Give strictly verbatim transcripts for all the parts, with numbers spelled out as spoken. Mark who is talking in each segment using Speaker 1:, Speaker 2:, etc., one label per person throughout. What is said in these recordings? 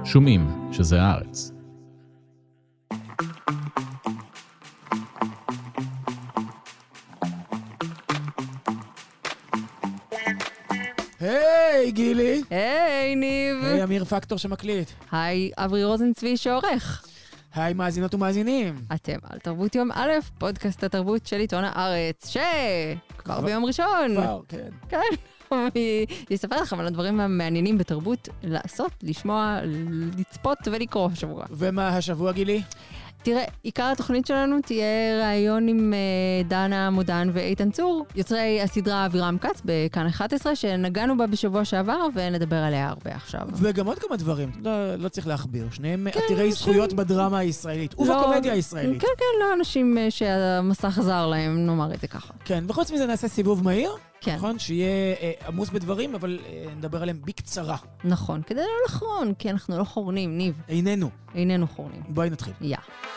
Speaker 1: שומעים שזה הארץ.
Speaker 2: היי גילי.
Speaker 3: היי ניב.
Speaker 2: היי אמיר פקטור שמקליט.
Speaker 3: היי אברי רוזנצבי שעורך.
Speaker 2: היי מאזינות ומאזינים.
Speaker 3: אתם על תרבות יום א', פודקאסט התרבות של עיתון הארץ, שכבר ביום ראשון.
Speaker 2: כבר, כן.
Speaker 3: כן. יספר לכם על הדברים המעניינים בתרבות, לעשות, לשמוע, לצפות ולקרוא השבוע.
Speaker 2: ומה השבוע גילי?
Speaker 3: תראה, עיקר התוכנית שלנו תהיה ראיון עם דנה מודן ואיתן צור, יוצרי הסדרה אבירם קץ בכאן אחת עשרה, שנגענו בה בשבוע שעבר, ונדבר עליה הרבה עכשיו.
Speaker 2: וגם עוד כמה דברים, לא, לא צריך להכביר, שניהם
Speaker 3: כן,
Speaker 2: עתירי
Speaker 3: אנשים...
Speaker 2: זכויות בדרמה הישראלית, לא... ובקומדיה הישראלית.
Speaker 3: כן, כן, לא אנשים שהמסך זר להם, נאמר את זה ככה.
Speaker 2: כן, וחוץ מזה נעשה סיבוב מהיר,
Speaker 3: כן.
Speaker 2: נכון? שיהיה אה, עמוס בדברים, אבל אה, נדבר עליהם בקצרה.
Speaker 3: נכון, כדי לא לחרון, כי אנחנו לא חורנים, ניב.
Speaker 2: איננו.
Speaker 3: איננו חורנים.
Speaker 2: בואי נתחיל.
Speaker 3: יא.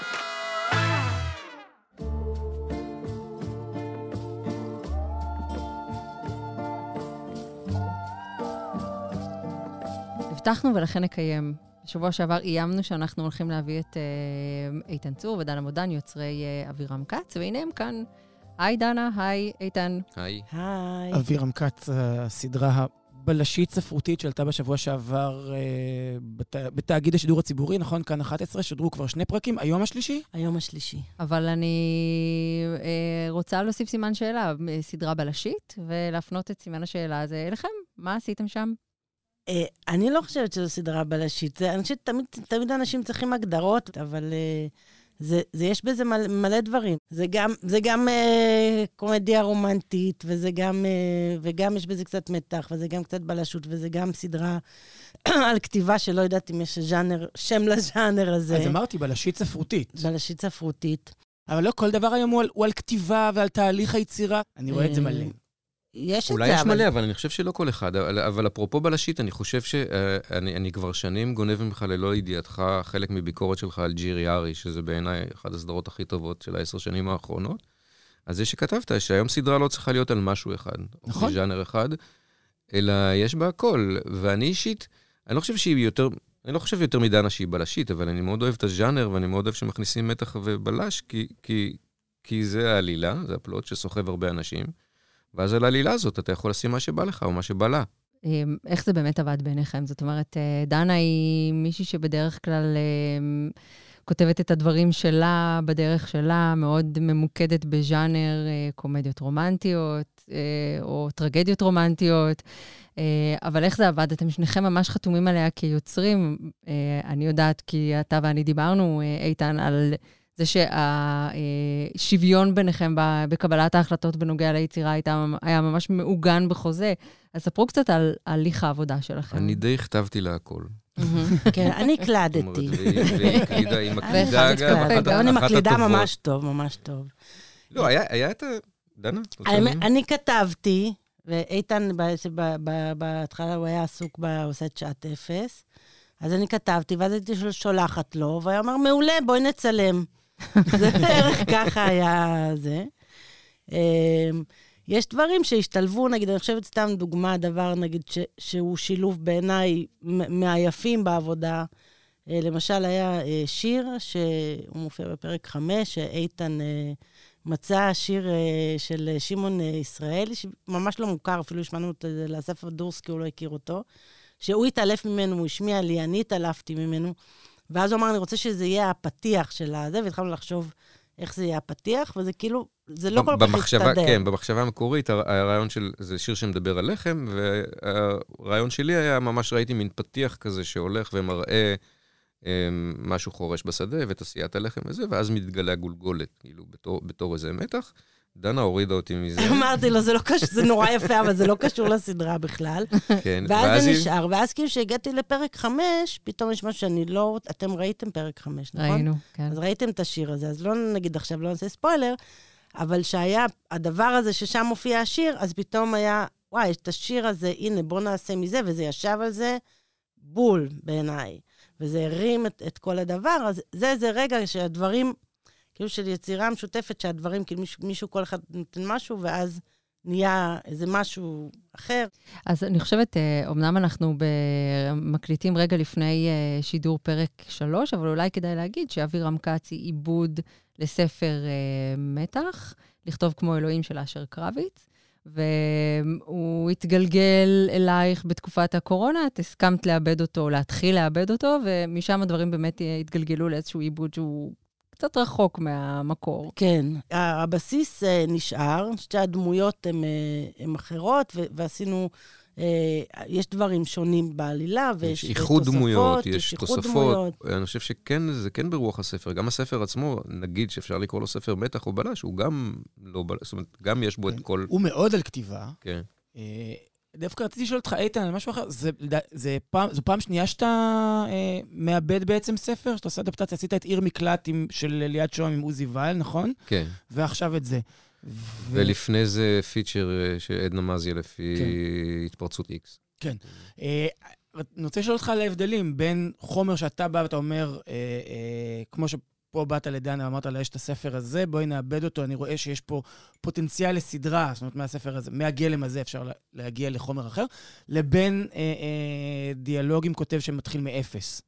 Speaker 3: הבטחנו ולכן נקיים. בשבוע שעבר איימנו שאנחנו הולכים להביא את אה, איתן צור ודנה מודן, יוצרי אה, אבירם קץ, והנה הם כאן. היי דנה, היי איתן.
Speaker 4: היי.
Speaker 3: היי.
Speaker 2: אבירם קץ, הסדרה הבלשית ספרותית שעלתה בשבוע שעבר אה, בת... בתאגיד השידור הציבורי, נכון? כאן אחת עשרה, שודרו כבר שני פרקים, היום השלישי?
Speaker 5: היום השלישי.
Speaker 3: אבל אני אה, רוצה להוסיף סימן שאלה, סדרה בלשית, ולהפנות את סימן השאלה הזה אליכם. מה עשיתם שם?
Speaker 5: אני לא חושבת שזו סדרה בלשית. אני חושבת תמיד, תמיד אנשים צריכים הגדרות, אבל זה, זה יש בזה מלא, מלא דברים. זה גם, זה גם אה, קומדיה רומנטית, וזה גם, אה, וגם יש בזה קצת מתח, וזה גם קצת בלשות, וזה גם סדרה על כתיבה שלא יודעת אם יש ז'אנר, שם לז'אנר הזה.
Speaker 2: אז אמרתי, בלשית ספרותית.
Speaker 5: בלשית ספרותית.
Speaker 2: אבל לא כל דבר היום הוא על, הוא על כתיבה ועל תהליך היצירה. אני רואה את זה מלא.
Speaker 5: יש
Speaker 4: אולי
Speaker 5: את זה,
Speaker 4: יש
Speaker 5: אבל...
Speaker 4: מלא, אבל אני חושב שלא כל אחד. אבל, אבל אפרופו בלשית, אני חושב שאני אני כבר שנים גונב ממך ללא ידיעתך חלק מביקורת שלך על ג'ירי ארי, שזה בעיניי אחת הסדרות הכי טובות של העשר שנים האחרונות. אז זה שכתבת, שהיום סדרה לא צריכה להיות על משהו אחד, נכון. או בז'אנר אחד, אלא יש בה הכל. ואני אישית, אני לא חושב שהיא יותר, אני לא חושב יותר מדנה שהיא בלשית, אבל אני מאוד אוהב את הז'אנר, ואני מאוד אוהב שמכניסים מתח ובלש, כי, כי, כי זה העלילה, זה הפלוט שסוחב הרבה אנשים. ואז על העלילה הזאת אתה יכול לשים מה שבא לך או מה שבא לה.
Speaker 3: איך זה באמת עבד בעיניכם? זאת אומרת, דנה היא מישהי שבדרך כלל כותבת את הדברים שלה בדרך שלה, מאוד ממוקדת בז'אנר קומדיות רומנטיות או טרגדיות רומנטיות. אבל איך זה עבד? אתם שניכם ממש חתומים עליה כיוצרים. אני יודעת כי אתה ואני דיברנו, איתן, על... זה שהשוויון ביניכם בקבלת ההחלטות בנוגע ליצירה היה ממש מעוגן בחוזה. אז ספרו קצת על הליך העבודה שלכם.
Speaker 4: אני די הכתבתי לה הכל.
Speaker 5: כן, אני הקלדתי.
Speaker 4: והיא הקלידה, היא מקלידה אגב.
Speaker 5: אני מקלידה ממש טוב, ממש טוב.
Speaker 4: לא, היה את ה... דנה?
Speaker 5: אני כתבתי, ואיתן בהתחלה הוא היה עסוק בעושה את שעת אפס, אז אני כתבתי, ואז הייתי שולחת לו, והוא אמר, מעולה, בואי נצלם. זה בערך ככה היה זה. יש דברים שהשתלבו, נגיד, אני חושבת סתם דוגמה, דבר, נגיד, שהוא שילוב בעיניי מהיפים בעבודה. למשל, היה שיר שהוא מופיע בפרק חמש, שאיתן מצא שיר של שמעון ישראלי, שממש לא מוכר, אפילו השמענו אותו לאסף דורסקי, הוא לא הכיר אותו. שהוא התעלף ממנו, הוא השמיע לי, אני התעלפתי ממנו, ואז הוא אמר, אני רוצה שזה יהיה הפתיח של הזה, והתחלנו לחשוב איך זה יהיה הפתיח, וזה כאילו, זה לא כל כך הסתדר.
Speaker 4: כן, במחשבה המקורית, הרעיון של, זה שיר שמדבר על לחם, והרעיון שלי היה, ממש ראיתי מין פתיח כזה שהולך ומראה משהו חורש בשדה, ותעשיית הלחם וזה, ואז מתגלה גולגולת, כאילו, בתור, בתור איזה מתח. דנה הורידה אותי מזה.
Speaker 5: אמרתי לו, זה לא קשור, זה נורא יפה, אבל זה לא קשור לסדרה בכלל.
Speaker 4: כן.
Speaker 5: ואז זה נשאר, ואז כאילו שהגעתי לפרק חמש, פתאום יש משהו שאני לא... אתם ראיתם פרק חמש, נכון?
Speaker 3: ראינו, כן.
Speaker 5: אז ראיתם את השיר הזה, אז לא נגיד עכשיו, לא נעשה ספוילר, אבל שהיה הדבר הזה ששם מופיע השיר, אז פתאום היה, וואי, יש את השיר הזה, הנה, בוא נעשה מזה, וזה ישב על זה בול בעיניי. וזה הרים את, את כל הדבר, אז זה איזה רגע שהדברים... כאילו של יצירה משותפת, שהדברים, כאילו מישהו, מישהו כל אחד נותן משהו, ואז נהיה איזה משהו אחר.
Speaker 3: אז אני חושבת, אומנם אנחנו מקליטים רגע לפני שידור פרק שלוש, אבל אולי כדאי להגיד שאבירם כץ היא עיבוד לספר מתח, לכתוב כמו אלוהים של אשר קרביץ, והוא התגלגל אלייך בתקופת הקורונה, את הסכמת לאבד אותו, להתחיל לאבד אותו, ומשם הדברים באמת התגלגלו לאיזשהו עיבוד שהוא קצת רחוק מהמקור.
Speaker 5: כן, הבסיס נשאר, שתי הדמויות הן אחרות, ועשינו, יש דברים שונים בעלילה, ויש
Speaker 4: איחוד דמויות, יש תוספות.
Speaker 5: דמויות.
Speaker 4: אני חושב שכן, זה כן ברוח הספר. גם הספר עצמו, נגיד שאפשר לקרוא לו ספר מתח או בלש, הוא גם לא בלש, זאת אומרת, גם יש בו את כל...
Speaker 2: הוא מאוד על כתיבה.
Speaker 4: כן.
Speaker 2: דווקא רציתי לשאול אותך, איתן, על משהו אחר, זה, זה פעם, זו פעם שנייה שאתה אה, מאבד בעצם ספר, שאתה עושה אדפטציה, עשית את עיר מקלט עם, של ליאת שוהם עם עוזי וייל, נכון?
Speaker 4: כן.
Speaker 2: ועכשיו את זה. ו...
Speaker 4: ולפני זה פיצ'ר של עדנה מזיה לפי כן. התפרצות X.
Speaker 2: כן. אה, אני רוצה לשאול אותך על ההבדלים בין חומר שאתה בא ואתה אומר, אה, אה, כמו ש... פה באת לדנה ואמרת לה, יש את הספר הזה, בואי נאבד אותו, אני רואה שיש פה פוטנציאל לסדרה, זאת אומרת, מהספר הזה, מהגלם הזה אפשר להגיע לחומר אחר, לבין אה, אה, דיאלוגים כותב שמתחיל מאפס.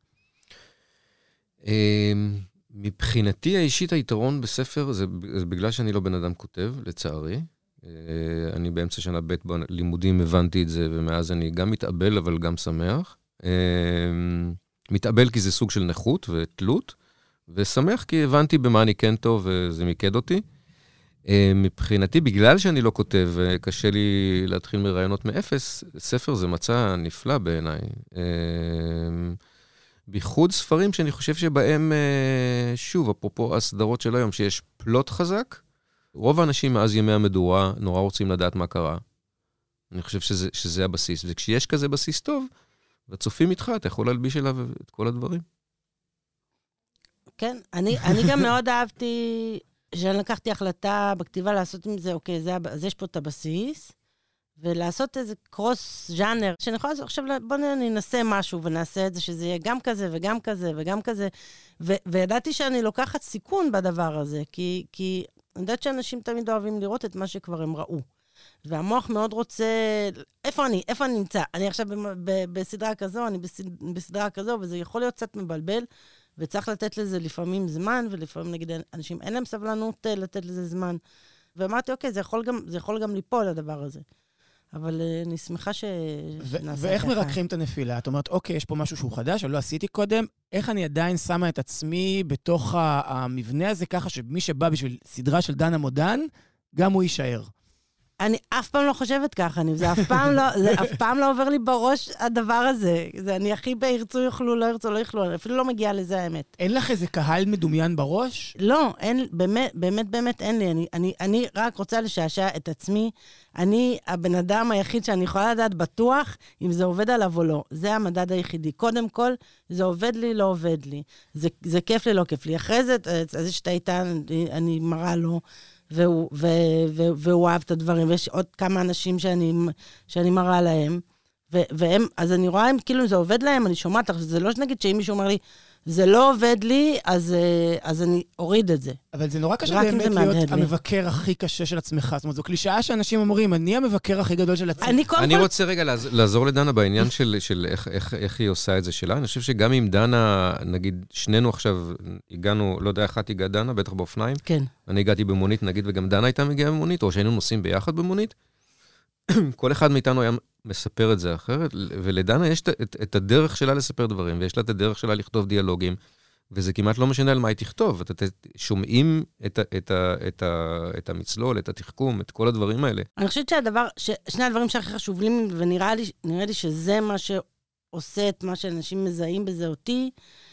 Speaker 4: אה, מבחינתי האישית היתרון בספר, זה, זה בגלל שאני לא בן אדם כותב, לצערי. אה, אני באמצע שנה ב' בלימודים הבנתי את זה, ומאז אני גם מתאבל, אבל גם שמח. אה, מתאבל כי זה סוג של נכות ותלות, ושמח כי הבנתי במה אני כן טוב, וזה מיקד אותי. מבחינתי, בגלל שאני לא כותב, וקשה לי להתחיל מרעיונות מאפס, ספר זה מצא נפלא בעיניי. בייחוד ספרים שאני חושב שבהם, שוב, אפרופו הסדרות של היום, שיש פלוט חזק, רוב האנשים מאז ימי המדורה נורא רוצים לדעת מה קרה. אני חושב שזה, שזה הבסיס. וכשיש כזה בסיס טוב, והצופים איתך, אתה יכול להלביש אליו את כל הדברים.
Speaker 5: כן, אני, אני גם מאוד אהבתי, שאני לקחתי החלטה בכתיבה לעשות עם זה, אוקיי, זה, אז יש פה את הבסיס, ולעשות איזה קרוס ז'אנר, שאני יכולה לעשות, עכשיו בוא ננסה משהו, ונעשה את זה, שזה יהיה גם כזה, וגם כזה, וגם כזה, ו, וידעתי שאני לוקחת סיכון בדבר הזה, כי, כי אני יודעת שאנשים תמיד אוהבים לראות את מה שכבר הם ראו. והמוח מאוד רוצה, איפה אני, איפה אני נמצא? אני עכשיו ב, ב, בסדרה כזו, אני בסד, בסדרה כזו, וזה יכול להיות קצת מבלבל, וצריך לתת לזה לפעמים זמן, ולפעמים נגיד אנשים אין להם סבלנות לתת לזה זמן. ואמרתי, אוקיי, זה יכול גם, זה יכול גם ליפול הדבר הזה. אבל אני שמחה ש...
Speaker 2: ו- ואיך מרככים את הנפילה? את אומרת, אוקיי, יש פה משהו שהוא חדש, אני לא עשיתי קודם, איך אני עדיין שמה את עצמי בתוך המבנה הזה, ככה שמי שבא בשביל סדרה של דנה מודן, גם הוא יישאר.
Speaker 5: אני אף פעם לא חושבת ככה, אני, זה אף פעם לא, זה אף פעם לא עובר לי בראש הדבר הזה. זה אני הכי בירצו יוכלו, לא ירצו, לא יוכלו, אני אפילו לא מגיעה לזה האמת.
Speaker 2: אין לך איזה קהל מדומיין בראש?
Speaker 5: לא, אין, באמת, באמת, באמת אין לי. אני, אני, אני רק רוצה לשעשע את עצמי. אני הבן אדם היחיד שאני יכולה לדעת בטוח אם זה עובד עליו או לא. זה המדד היחידי. קודם כל, זה עובד לי, לא עובד לי. זה, זה כיף לי, לא כיף לי. אחרי זה, אז שאתה איתן, אני, אני מראה לו. והוא, ו, ו, והוא אהב את הדברים, ויש עוד כמה אנשים שאני, שאני מראה להם, ו, והם, אז אני רואה אם כאילו זה עובד להם, אני שומעת, זה לא שנגיד שאם מישהו אומר לי, זה לא עובד לי, אז, אז אני אוריד את זה.
Speaker 2: אבל זה נורא קשה באמת להיות המבקר הכי קשה של עצמך. זאת אומרת, זו קלישאה שאנשים אומרים, אני המבקר הכי גדול של עצמך.
Speaker 5: אני,
Speaker 4: אני רוצה רגע לעזור לדנה בעניין של, של איך, איך, איך היא עושה את זה שלה. אני חושב שגם אם דנה, נגיד, שנינו עכשיו הגענו, לא יודע, אחת הגעה דנה, בטח באופניים.
Speaker 5: כן.
Speaker 4: אני הגעתי במונית, נגיד, וגם דנה הייתה מגיעה במונית, או שהיינו נוסעים ביחד במונית. כל אחד מאיתנו היה מספר את זה אחרת, ולדנה יש את, את, את הדרך שלה לספר דברים, ויש לה את הדרך שלה לכתוב דיאלוגים, וזה כמעט לא משנה על מה היא תכתוב. אתם שומעים את, את, את, את המצלול, את התחכום, את כל הדברים האלה.
Speaker 5: אני חושבת שהדבר, שני הדברים שהכי חשוב לי, ונראה לי, נראה לי שזה מה שעושה את מה שאנשים מזהים בזה אותי,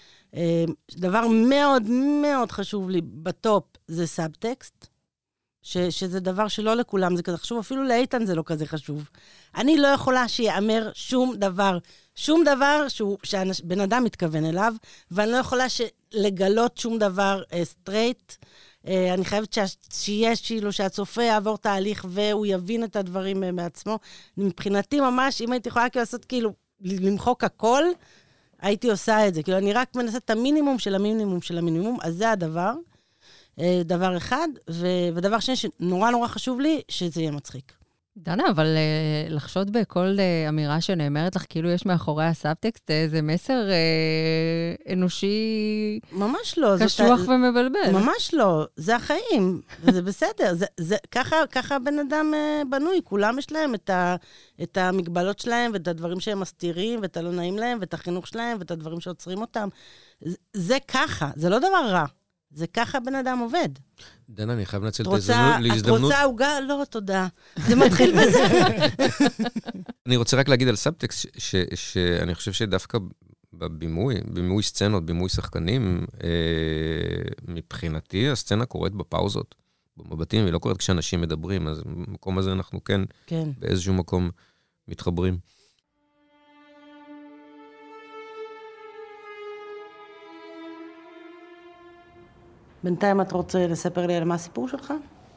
Speaker 5: דבר מאוד מאוד חשוב לי בטופ זה סאבטקסט, ש, שזה דבר שלא לכולם זה כזה חשוב, אפילו לאיתן זה לא כזה חשוב. אני לא יכולה שיאמר שום דבר, שום דבר שהוא, שבן אדם מתכוון אליו, ואני לא יכולה לגלות שום דבר סטרייט. Uh, uh, אני חייבת שה, שיש כאילו שהצופה יעבור תהליך והוא יבין את הדברים uh, מעצמו. מבחינתי ממש, אם הייתי יכולה לעשות כאילו, למחוק הכל, הייתי עושה את זה. כאילו אני רק מנסה את המינימום של המינימום של המינימום, אז זה הדבר. דבר אחד, ו- ודבר שני שנורא נורא חשוב לי, שזה יהיה מצחיק.
Speaker 3: דנה, אבל uh, לחשוד בכל uh, אמירה שנאמרת לך, כאילו יש מאחורי הסאבטקסט, זה מסר uh, אנושי
Speaker 5: ממש לא.
Speaker 3: קשוח זאת... ומבלבל.
Speaker 5: ממש לא. זה החיים, וזה בסדר. זה, זה, ככה, ככה בן אדם uh, בנוי. כולם יש להם את, ה, את המגבלות שלהם, ואת הדברים שהם מסתירים, ואת הלא נעים להם, ואת החינוך שלהם, ואת הדברים שעוצרים אותם. זה, זה ככה, זה לא דבר רע. זה ככה בן אדם עובד.
Speaker 4: דנה, אני חייב לנצל את ההזדמנות.
Speaker 5: את רוצה עוגה? לא, תודה. זה מתחיל בזה.
Speaker 4: אני רוצה רק להגיד על סאבטקסט, שאני חושב שדווקא בבימוי, בימוי סצנות, בימוי שחקנים, מבחינתי, הסצנה קורית בפאוזות, במבטים, היא לא קורית כשאנשים מדברים, אז במקום הזה אנחנו כן, באיזשהו מקום מתחברים.
Speaker 5: בינתיים את רוצה לספר לי על מה הסיפור שלך?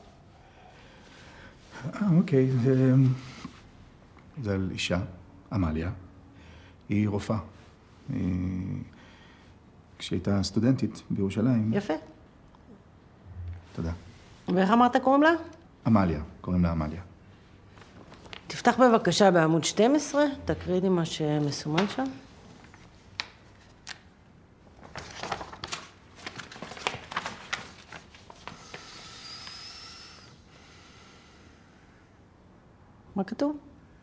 Speaker 6: אה, אוקיי. זה, זה על אישה, אמליה. היא רופאה. היא... כשהייתה סטודנטית בירושלים...
Speaker 5: יפה.
Speaker 6: תודה.
Speaker 5: ואיך אמרת קוראים לה?
Speaker 6: אמליה, קוראים לה אמליה.
Speaker 5: תפתח בבקשה בעמוד שתים עשרה, תקריא לי מה שמסומן שם. מה כתוב?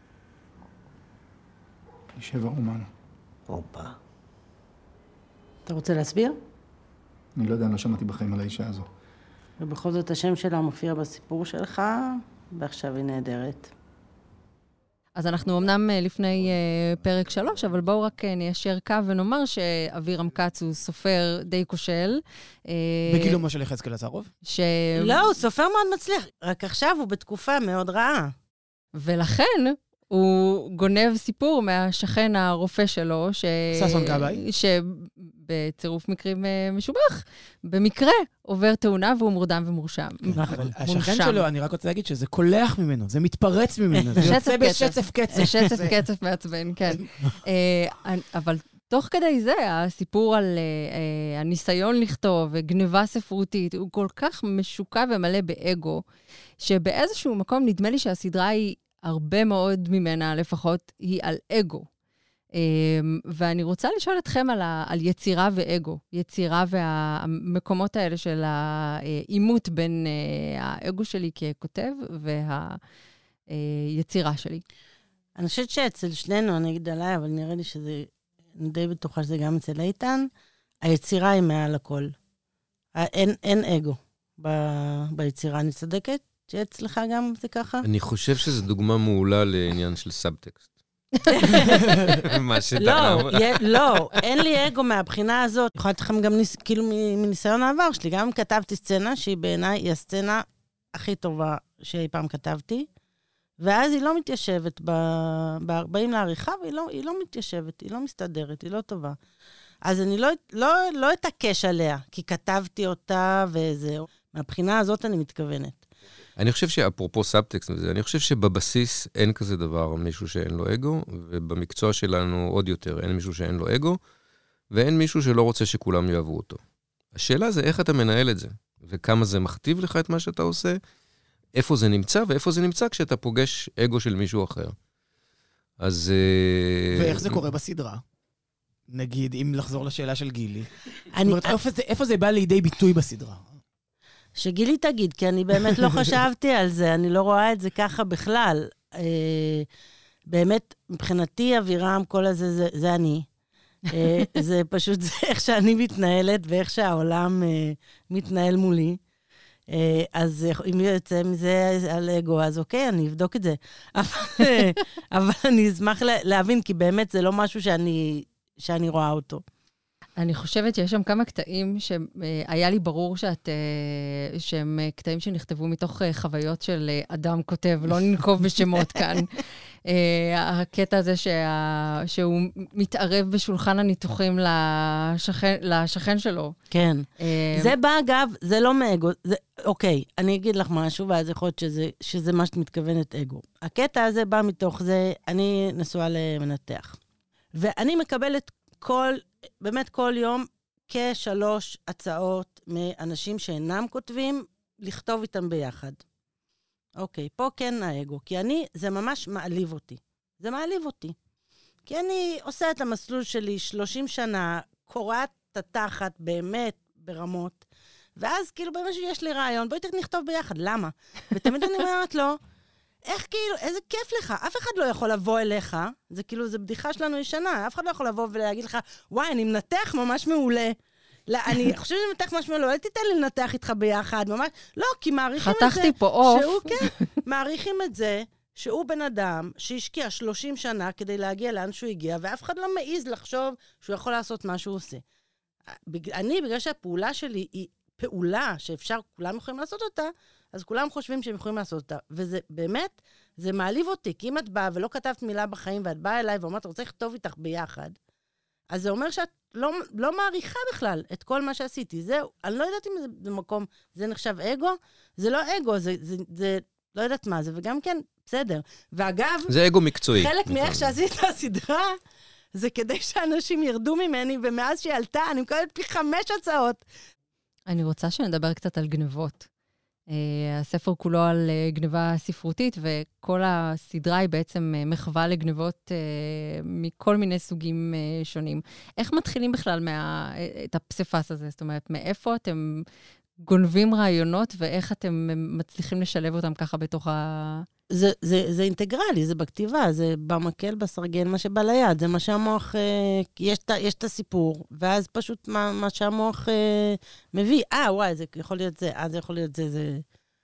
Speaker 6: שבע אומן.
Speaker 5: אופה. אתה רוצה להסביר?
Speaker 6: אני לא יודע, אני לא שמעתי בחיים על האישה הזו.
Speaker 5: ובכל זאת השם שלה מופיע בסיפור שלך, ועכשיו היא נהדרת.
Speaker 3: אז אנחנו אמנם לפני פרק שלוש, אבל בואו רק ניישר קו ונאמר שאבירם כץ הוא סופר די כושל.
Speaker 2: בגילומו של יחזקאל עזרוב?
Speaker 3: ש...
Speaker 5: לא, הוא סופר מאוד מצליח. רק עכשיו הוא בתקופה מאוד רעה.
Speaker 3: ולכן הוא גונב סיפור מהשכן הרופא שלו, ש...
Speaker 2: ששון גבאי.
Speaker 3: שבצירוף מקרים משובח, במקרה עובר תאונה והוא מורדם ומורשם.
Speaker 2: אבל השכן שלו, אני רק רוצה להגיד שזה קולח ממנו, זה מתפרץ ממנו, זה יוצא בשצף קצף.
Speaker 3: שצף קצף מעצבן, כן. אבל תוך כדי זה, הסיפור על הניסיון לכתוב וגניבה ספרותית, הוא כל כך משוקע ומלא באגו, שבאיזשהו מקום נדמה לי שהסדרה היא הרבה מאוד ממנה, לפחות, היא על אגו. ואני רוצה לשאול אתכם על, ה, על יצירה ואגו. יצירה והמקומות האלה של האימות בין האגו שלי ככותב והיצירה שלי.
Speaker 5: אני חושבת שאצל שנינו, אני אגיד עליי, אבל נראה לי שזה, אני די בטוחה שזה גם אצל איתן, היצירה היא מעל הכל. אין, אין אגו ב, ביצירה. אני צודקת? שאצלך גם זה ככה?
Speaker 4: אני חושב שזו דוגמה מעולה לעניין של סאבטקסט. מה
Speaker 5: שדנה אמרה. לא, אין לי אגו מהבחינה הזאת. אני יכולה לתת לכם גם כאילו מניסיון העבר שלי. גם כתבתי סצנה שהיא בעיניי היא הסצנה הכי טובה שאי פעם כתבתי, ואז היא לא מתיישבת, באים לעריכה, והיא לא מתיישבת, היא לא מסתדרת, היא לא טובה. אז אני לא אתעקש עליה, כי כתבתי אותה וזהו. מהבחינה הזאת אני מתכוונת.
Speaker 4: אני חושב שאפרופו סאבטקסט, אני חושב שבבסיס אין כזה דבר מישהו שאין לו אגו, ובמקצוע שלנו עוד יותר אין מישהו שאין לו אגו, ואין מישהו שלא רוצה שכולם יאהבו אותו. השאלה זה איך אתה מנהל את זה, וכמה זה מכתיב לך את מה שאתה עושה, איפה זה נמצא, ואיפה זה נמצא כשאתה פוגש אגו של מישהו אחר. אז...
Speaker 2: ואיך זה קורה בסדרה? נגיד, אם לחזור לשאלה של גילי. זאת אומרת, איפה זה בא לידי ביטוי בסדרה?
Speaker 5: שגילי תגיד, כי אני באמת לא חשבתי על זה, אני לא רואה את זה ככה בכלל. אה, באמת, מבחינתי, אבירם, כל הזה, זה, זה אני. אה, זה פשוט זה איך שאני מתנהלת, ואיך שהעולם אה, מתנהל מולי. אה, אז אם יוצא מזה על אגו, אז אוקיי, אני אבדוק את זה. אבל, אה, אבל אני אשמח להבין, כי באמת זה לא משהו שאני, שאני רואה אותו.
Speaker 3: אני חושבת שיש שם כמה קטעים שהיה לי ברור שאת, שהם קטעים שנכתבו מתוך חוויות של אדם כותב, לא ננקוב בשמות כאן. הקטע הזה שה, שהוא מתערב בשולחן הניתוחים לשכן, לשכן שלו.
Speaker 5: כן. זה בא, אגב, זה לא מאגו. זה, אוקיי, אני אגיד לך משהו, ואז יכול להיות שזה, שזה מה שאת מתכוונת אגו. הקטע הזה בא מתוך זה, אני נשואה למנתח. ואני מקבלת כל... באמת כל יום כשלוש הצעות מאנשים שאינם כותבים, לכתוב איתם ביחד. אוקיי, פה כן האגו, כי אני, זה ממש מעליב אותי. זה מעליב אותי. כי אני עושה את המסלול שלי שלושים שנה, קוראת את התחת באמת ברמות, ואז כאילו באמת שיש לי רעיון, בואי נכתוב ביחד, למה? ותמיד אני אומרת לו, איך כאילו, איזה כיף לך, אף אחד לא יכול לבוא אליך, זה כאילו, זה בדיחה שלנו ישנה, אף אחד לא יכול לבוא ולהגיד לך, וואי, אני מנתח ממש מעולה. לא, אני חושבת שאני מנתח ממש מעולה, לא תיתן לי לנתח איתך ביחד, ממש, לא, כי מעריכים את זה.
Speaker 3: חתכתי פה אוף.
Speaker 5: שהוא, כן, מעריכים את זה, שהוא בן אדם שהשקיע שלושים שנה כדי להגיע לאן שהוא הגיע, ואף אחד לא מעיז לחשוב שהוא יכול לעשות מה שהוא עושה. אני, בגלל שהפעולה שלי היא פעולה שאפשר, כולם יכולים לעשות אותה, אז כולם חושבים שהם יכולים לעשות אותה. וזה באמת, זה מעליב אותי, כי אם את באה ולא כתבת מילה בחיים, ואת באה אליי ואומרת, רוצה לכתוב איתך ביחד, אז זה אומר שאת לא, לא מעריכה בכלל את כל מה שעשיתי. זהו, אני לא יודעת אם זה במקום, זה נחשב אגו, זה לא אגו, זה, זה, זה לא יודעת מה זה, וגם כן, בסדר. ואגב,
Speaker 4: זה אגו מקצועי.
Speaker 5: חלק מאיך שעשית את הסדרה, זה כדי שאנשים ירדו ממני, ומאז שהיא עלתה, אני מקבלת פי חמש הצעות.
Speaker 3: אני רוצה שנדבר קצת על גנבות. Uh, הספר כולו על uh, גנבה ספרותית, וכל הסדרה היא בעצם uh, מחווה לגנבות uh, מכל מיני סוגים uh, שונים. איך מתחילים בכלל מה, את הפסיפס הזה? זאת אומרת, מאיפה אתם גונבים רעיונות, ואיך אתם מצליחים לשלב אותם ככה בתוך ה...
Speaker 5: זה, זה, זה אינטגרלי, זה בכתיבה, זה במקל, בסרגל, מה שבא ליד, זה מה שהמוח, אה, יש, יש את הסיפור, ואז פשוט מה, מה שהמוח אה, מביא, אה, וואי, זה יכול להיות זה, אה, זה יכול להיות זה, זה...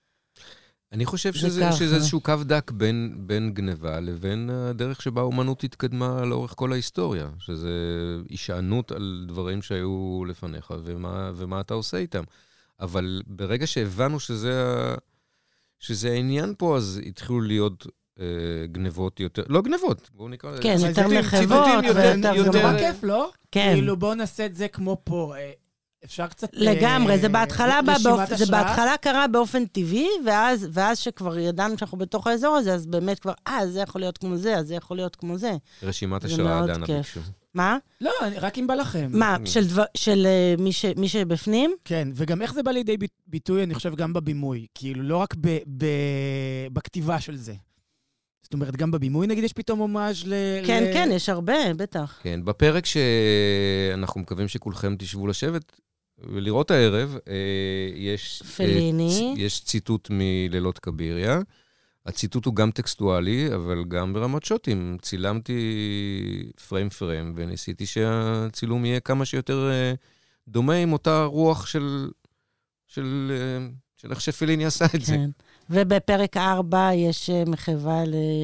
Speaker 4: אני חושב שזה, שזה איזשהו קו דק בין, בין גניבה לבין הדרך שבה האומנות התקדמה לאורך כל ההיסטוריה, שזה הישענות על דברים שהיו לפניך, ומה, ומה אתה עושה איתם. אבל ברגע שהבנו שזה ה... שזה העניין פה, אז התחילו להיות אה, גנבות יותר, לא גנבות, בואו נקרא...
Speaker 5: כן, יותר מחוות,
Speaker 2: זה נורא כיף, לא?
Speaker 5: כן.
Speaker 2: כאילו, בואו נעשה את זה כמו פה. אפשר קצת...
Speaker 5: לגמרי, זה בהתחלה, זה בהתחלה קרה באופן טבעי, ואז, ואז שכבר ידענו שאנחנו בתוך האזור הזה, אז באמת כבר, אה, זה יכול להיות כמו זה, אז זה יכול להיות כמו זה.
Speaker 4: רשימת השראה, דנה ביקשו.
Speaker 5: מה?
Speaker 2: לא, רק אם בא לכם.
Speaker 5: מה, של, דבר, של uh, מי, ש, מי שבפנים?
Speaker 2: כן, וגם איך זה בא לידי ביטוי, אני חושב, גם בבימוי. כאילו, לא רק ב, ב, בכתיבה של זה. זאת אומרת, גם בבימוי, נגיד, יש פתאום הומאז' ל...
Speaker 5: כן,
Speaker 2: ל...
Speaker 5: כן, יש הרבה, בטח.
Speaker 4: כן, בפרק שאנחנו מקווים שכולכם תשבו לשבת, ולראות הערב, אה, יש...
Speaker 5: פליני.
Speaker 4: אה, יש ציטוט מלילות קביריה. הציטוט הוא גם טקסטואלי, אבל גם ברמת שוטים. צילמתי פריים פריים, וניסיתי שהצילום יהיה כמה שיותר דומה עם אותה רוח של, של, של איך שפליני עשה את זה.
Speaker 5: כן. ובפרק ארבע יש מחווה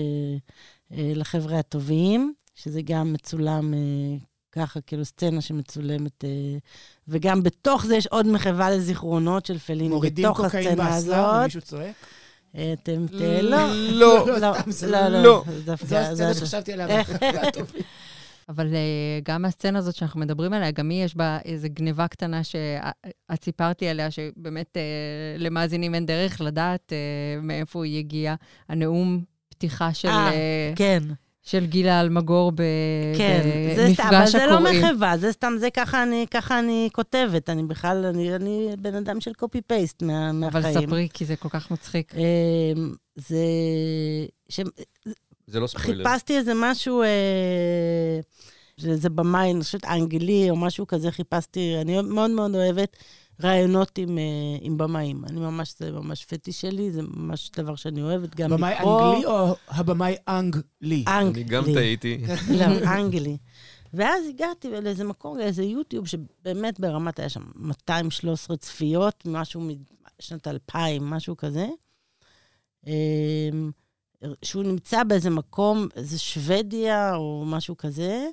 Speaker 5: לחבר'ה הטובים, שזה גם מצולם ככה, כאילו סצנה שמצולמת, וגם בתוך זה יש עוד מחווה לזיכרונות של פליני.
Speaker 2: מורידים קוקאין באסלה, ומישהו צועק?
Speaker 5: אתם תהיה, לא.
Speaker 4: לא,
Speaker 5: לא,
Speaker 4: לא.
Speaker 2: זו הסצנה שחשבתי עליה.
Speaker 3: אבל גם הסצנה הזאת שאנחנו מדברים עליה, גם היא יש בה איזו גניבה קטנה שאת סיפרתי עליה, שבאמת למאזינים אין דרך לדעת מאיפה היא הגיעה. הנאום פתיחה של...
Speaker 5: כן.
Speaker 3: של גילה אלמגור במפגש הקוראים.
Speaker 5: כן, אבל זה לא מחווה, זה סתם, זה ככה אני, ככה אני כותבת, אני בכלל, אני, אני בן אדם של קופי-פייסט מה, מהחיים.
Speaker 3: אבל ספרי, כי זה כל כך מצחיק.
Speaker 5: זה... ש...
Speaker 4: זה לא ספוילר.
Speaker 5: חיפשתי איזה משהו, זה במאי, אני חושבת אנגלי, או משהו כזה, חיפשתי, אני מאוד מאוד אוהבת רעיונות עם, עם במאים. אני ממש, זה ממש פטיש שלי, זה ממש דבר שאני אוהבת גם לקרוא.
Speaker 2: במאי אנגלי או הבמאי אנגלי?
Speaker 5: אנגלי.
Speaker 4: אני גם טעיתי.
Speaker 5: לא, אנגלי. ואז הגעתי לאיזה מקום, לאיזה יוטיוב, שבאמת ברמת היה שם מאתיים ושלוש עשרה צפיות, משהו משנת אלפיים, משהו כזה. שהוא נמצא באיזה מקום, איזה שוודיה או משהו כזה,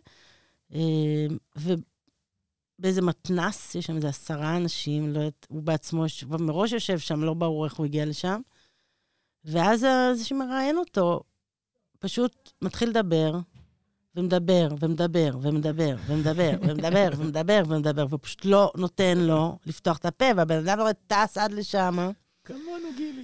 Speaker 5: ובאיזה מתנס, יש שם איזה עשרה אנשים, לא יודעת, הוא בעצמו, מראש יושב שם, לא ברור איך הוא הגיע לשם, ואז זה שמראיין אותו, פשוט מתחיל לדבר, ומדבר, ומדבר, ומדבר, ומדבר, ומדבר, ומדבר, ומדבר, ופשוט לא נותן לו לפתוח את הפה, והבן אדם לא טס עד לשם.
Speaker 2: כמונו גילי.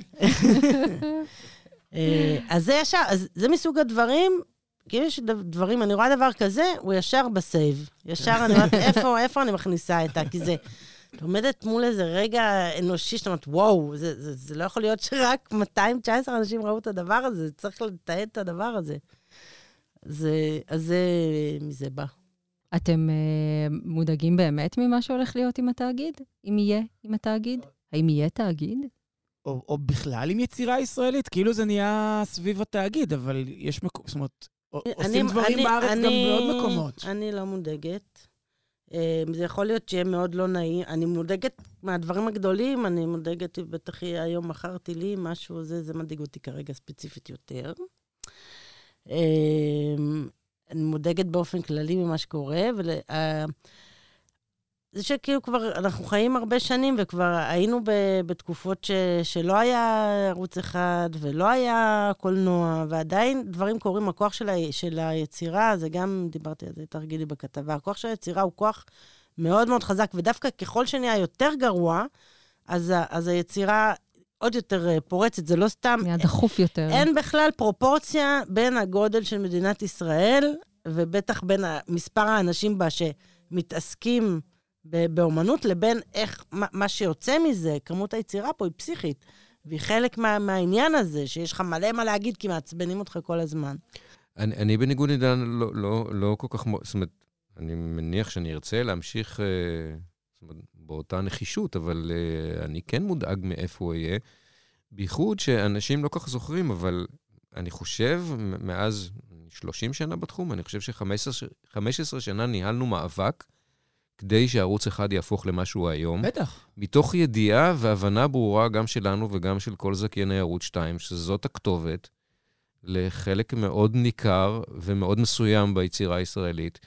Speaker 5: אז זה ישר, אז זה מסוג הדברים, כאילו יש דברים, אני רואה דבר כזה, הוא ישר בסייב. ישר אני אומרת, איפה, איפה אני מכניסה את ה... כי זה, עומדת מול איזה רגע אנושי, שאתה אומרת, וואו, זה, זה, זה לא יכול להיות שרק מאתיים תשע עשרה אנשים ראו את הדבר הזה, צריך לתעד את הדבר הזה. זה, אז זה, מזה בא.
Speaker 3: אתם uh, מודאגים באמת ממה שהולך להיות עם התאגיד? אם יהיה עם התאגיד? האם יהיה תאגיד?
Speaker 2: או, או בכלל עם יצירה ישראלית, כאילו זה נהיה סביב התאגיד, אבל יש מקום, זאת אומרת,
Speaker 5: אני,
Speaker 2: עושים דברים
Speaker 5: אני,
Speaker 2: בארץ
Speaker 5: אני,
Speaker 2: גם בעוד מקומות.
Speaker 5: אני לא מודאגת. זה יכול להיות שיהיה מאוד לא נעים. אני מודאגת מהדברים הגדולים, אני מודאגת, בטח היום מכרתי לי משהו, זה, זה מדאיג אותי כרגע ספציפית יותר. אני מודאגת באופן כללי ממה שקורה, ול... זה שכאילו כבר, אנחנו חיים הרבה שנים, וכבר היינו ב... בתקופות ש... שלא היה ערוץ אחד, ולא היה קולנוע, ועדיין דברים קורים. הכוח של, ה... של היצירה, זה גם, דיברתי על זה, תרגילי בכתבה, הכוח של היצירה הוא כוח מאוד מאוד חזק, ודווקא ככל שנהיה יותר גרוע, אז, ה... אז היצירה עוד יותר פורצת, זה לא סתם...
Speaker 3: נהיה דחוף יותר.
Speaker 5: אין בכלל פרופורציה בין הגודל של מדינת ישראל, ובטח בין מספר האנשים בה שמתעסקים באומנות, לבין איך, מה, מה שיוצא מזה, כמות היצירה פה היא פסיכית, והיא חלק מה, מהעניין הזה, שיש לך מלא מה להגיד, כי מעצבנים אותך כל הזמן.
Speaker 4: אני, אני בניגוד עידן לא, לא, לא כל כך, זאת אומרת, אני מניח שאני ארצה להמשיך, זאת אומרת, באותה נחישות, אבל אני כן מודאג מאיפה הוא יהיה, בייחוד שאנשים לא כך זוכרים, אבל אני חושב, מאז שלושים שנה בתחום, אני חושב ש-חמש עשרה שנה ניהלנו מאבק, כדי שערוץ אחד יהפוך למשהו היום.
Speaker 2: בטח.
Speaker 4: מתוך ידיעה והבנה ברורה גם שלנו וגם של כל זכייני ערוץ שתיים, שזאת הכתובת לחלק מאוד ניכר ומאוד מסוים ביצירה הישראלית.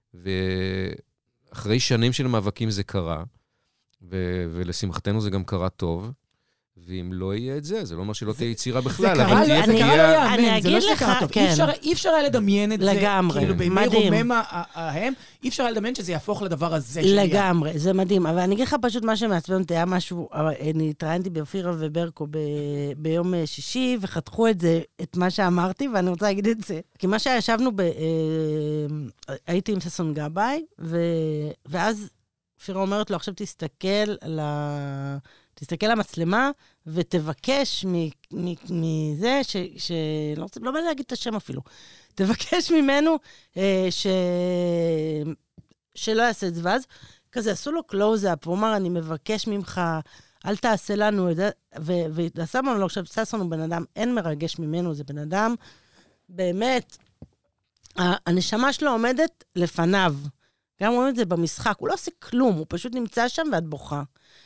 Speaker 4: ואחרי שנים של מאבקים זה קרה, ו- ולשמחתנו זה גם קרה טוב, ואם לא יהיה את זה, זה לא אומר שלא תהיה יצירה בכלל.
Speaker 2: זה קרה לא יאמן,
Speaker 5: אני
Speaker 2: זה לא
Speaker 5: אגיד לך,
Speaker 2: שקרה טוב.
Speaker 5: כן.
Speaker 2: אי אפשר היה לדמיין את זה,
Speaker 5: לגמרי,
Speaker 2: כאילו בימי
Speaker 5: מדהים.
Speaker 2: רומם ההם, אי אפשר היה לדמיין שזה יהפוך לדבר הזה שלי.
Speaker 5: לגמרי, זה מדהים. אבל אני אגיד לך פשוט מה שמעצבן אותי, היה משהו, אני התראיינתי באופירה וברקו ב- ביום שישי, וחתכו את זה, את מה שאמרתי, ואני רוצה להגיד את זה. כי מה שישבנו, ב- הייתי עם ששון גבאי, ו- ואז אופירה אומרת לו, עכשיו תסתכל על ה... תסתכל למצלמה ותבקש מזה, שלא רוצה, לא בא להגיד את השם אפילו, תבקש ממנו שלא יעשה את זה, ואז כזה עשו לו קלוז-אפ, הוא אמר, אני מבקש ממך, אל תעשה לנו את זה, ועשה לנו, עכשיו, ששון הוא בן אדם, אין מרגש ממנו, זה בן אדם, באמת, הנשמה שלו עומדת לפניו, גם רואים את זה במשחק, הוא לא עושה כלום, הוא פשוט נמצא שם ואת בוכה.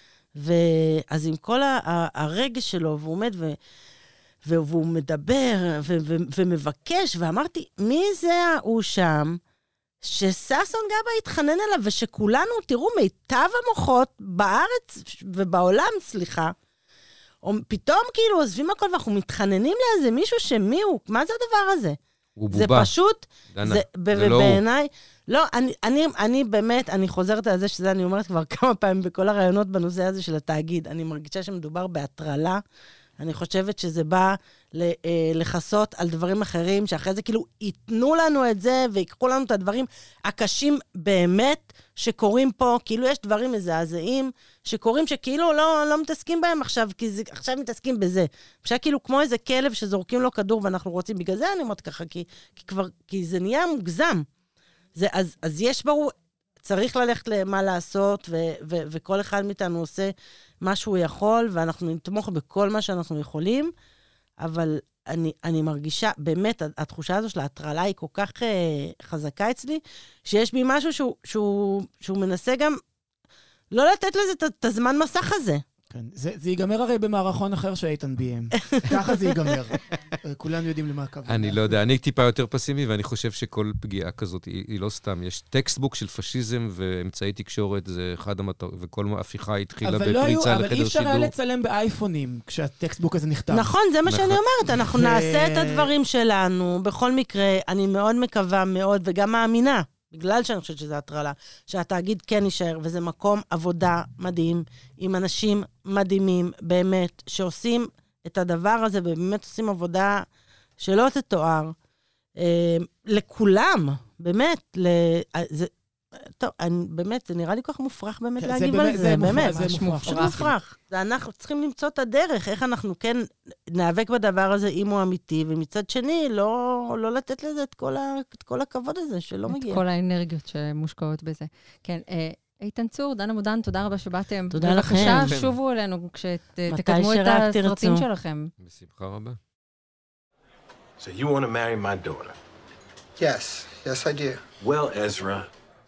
Speaker 5: ואז עם כל הרגש שלו, והוא עומד ו... והוא מדבר ו... ו... ומבקש, ואמרתי, מי זה הוא שם, שששון גבאי התחנן אליו, ושכולנו, תראו, מיטב המוחות בארץ ובעולם, סליחה, או פתאום כאילו עוזבים הכל, ואנחנו מתחננים לאיזה מישהו שמי הוא, מה זה הדבר הזה?
Speaker 4: הוא
Speaker 5: זה
Speaker 4: בובה.
Speaker 5: פשוט,
Speaker 4: דנה,
Speaker 5: זה,
Speaker 4: זה לא
Speaker 5: בעיניי, לא, אני, אני, אני באמת, אני חוזרת על זה שזה, אני אומרת כבר כמה פעמים בכל הרעיונות בנושא הזה של התאגיד, אני מרגישה שמדובר בהטרלה, אני חושבת שזה בא לחסות על דברים אחרים, שאחרי זה כאילו ייתנו לנו את זה, ויקחו לנו את הדברים הקשים באמת שקורים פה, כאילו יש דברים מזעזעים, שקורים שכאילו לא, לא מתעסקים בהם עכשיו, כי זה, עכשיו מתעסקים בזה. אפשר כאילו כמו איזה כלב שזורקים לו כדור, ואנחנו רוצים, בגלל זה אני אומרת ככה, כי, כי כבר, כי זה נהיה מוגזם. זה, אז, אז יש ברור, צריך ללכת למה לעשות, ו, ו, וכל אחד מאיתנו עושה מה שהוא יכול, ואנחנו נתמוך בכל מה שאנחנו יכולים, אבל אני, אני מרגישה, באמת, התחושה הזו של ההטרלה היא כל כך uh, חזקה אצלי, שיש בי משהו שהוא, שהוא, שהוא מנסה גם לא לתת לזה את הזמן מסך הזה.
Speaker 2: כן, זה, זה ייגמר הרי במערכון אחר שאיתן ביים. ככה זה ייגמר. כולנו יודעים למה הכוונה.
Speaker 4: אני לא יודע, אני טיפה יותר פסימי, ואני חושב שכל פגיעה כזאת היא, היא לא סתם. יש טקסטבוק של פשיזם ואמצעי תקשורת, זה אחד המטרות, וכל הפיכה התחילה בפריצה לחדר שידור.
Speaker 2: אבל אי אפשר היה לצלם באייפונים כשהטקסטבוק הזה נכתב.
Speaker 5: נכון, זה מה שאני אומרת. אנחנו נעשה את הדברים שלנו. בכל מקרה, אני מאוד מקווה מאוד, וגם מאמינה, בגלל שאני חושבת שזה הטרלה, שהתאגיד כן יישאר, וזה מקום עבודה מדהים, עם אנשים מדהימים, באמת, שעושים את הדבר הזה, ובאמת עושים עבודה שלא תתואר. אה, לכולם, באמת, זה, טוב, אני, באמת, זה נראה לי כל כך מופרך באמת
Speaker 2: כן,
Speaker 5: להגיב
Speaker 2: זה
Speaker 5: על
Speaker 2: באמת-
Speaker 5: זה,
Speaker 2: זה מופרך,
Speaker 5: באמת.
Speaker 2: זה
Speaker 5: פשוט
Speaker 2: מופרך.
Speaker 5: פשוט מופרך. זה אנחנו צריכים למצוא את הדרך, איך אנחנו כן ניאבק בדבר הזה, אם הוא אמיתי, ומצד שני, לא, לא לתת לזה את כל, ה, את כל הכבוד הזה שלא
Speaker 3: את
Speaker 5: מגיע.
Speaker 3: כל האנרגיות שמושקעות בזה. כן, אה, איתן צור, דנה מודן, תודה רבה שבאתם.
Speaker 5: תודה
Speaker 3: בבקשה,
Speaker 4: לכם.
Speaker 3: שובו אלינו כשתקדמו את
Speaker 5: שרק
Speaker 3: הסרטים
Speaker 5: תרצו.
Speaker 3: שלכם.
Speaker 4: בשמחה רבה.
Speaker 7: So you want to marry my daughter?
Speaker 8: Yes, yes I do.
Speaker 7: Well, Ezra,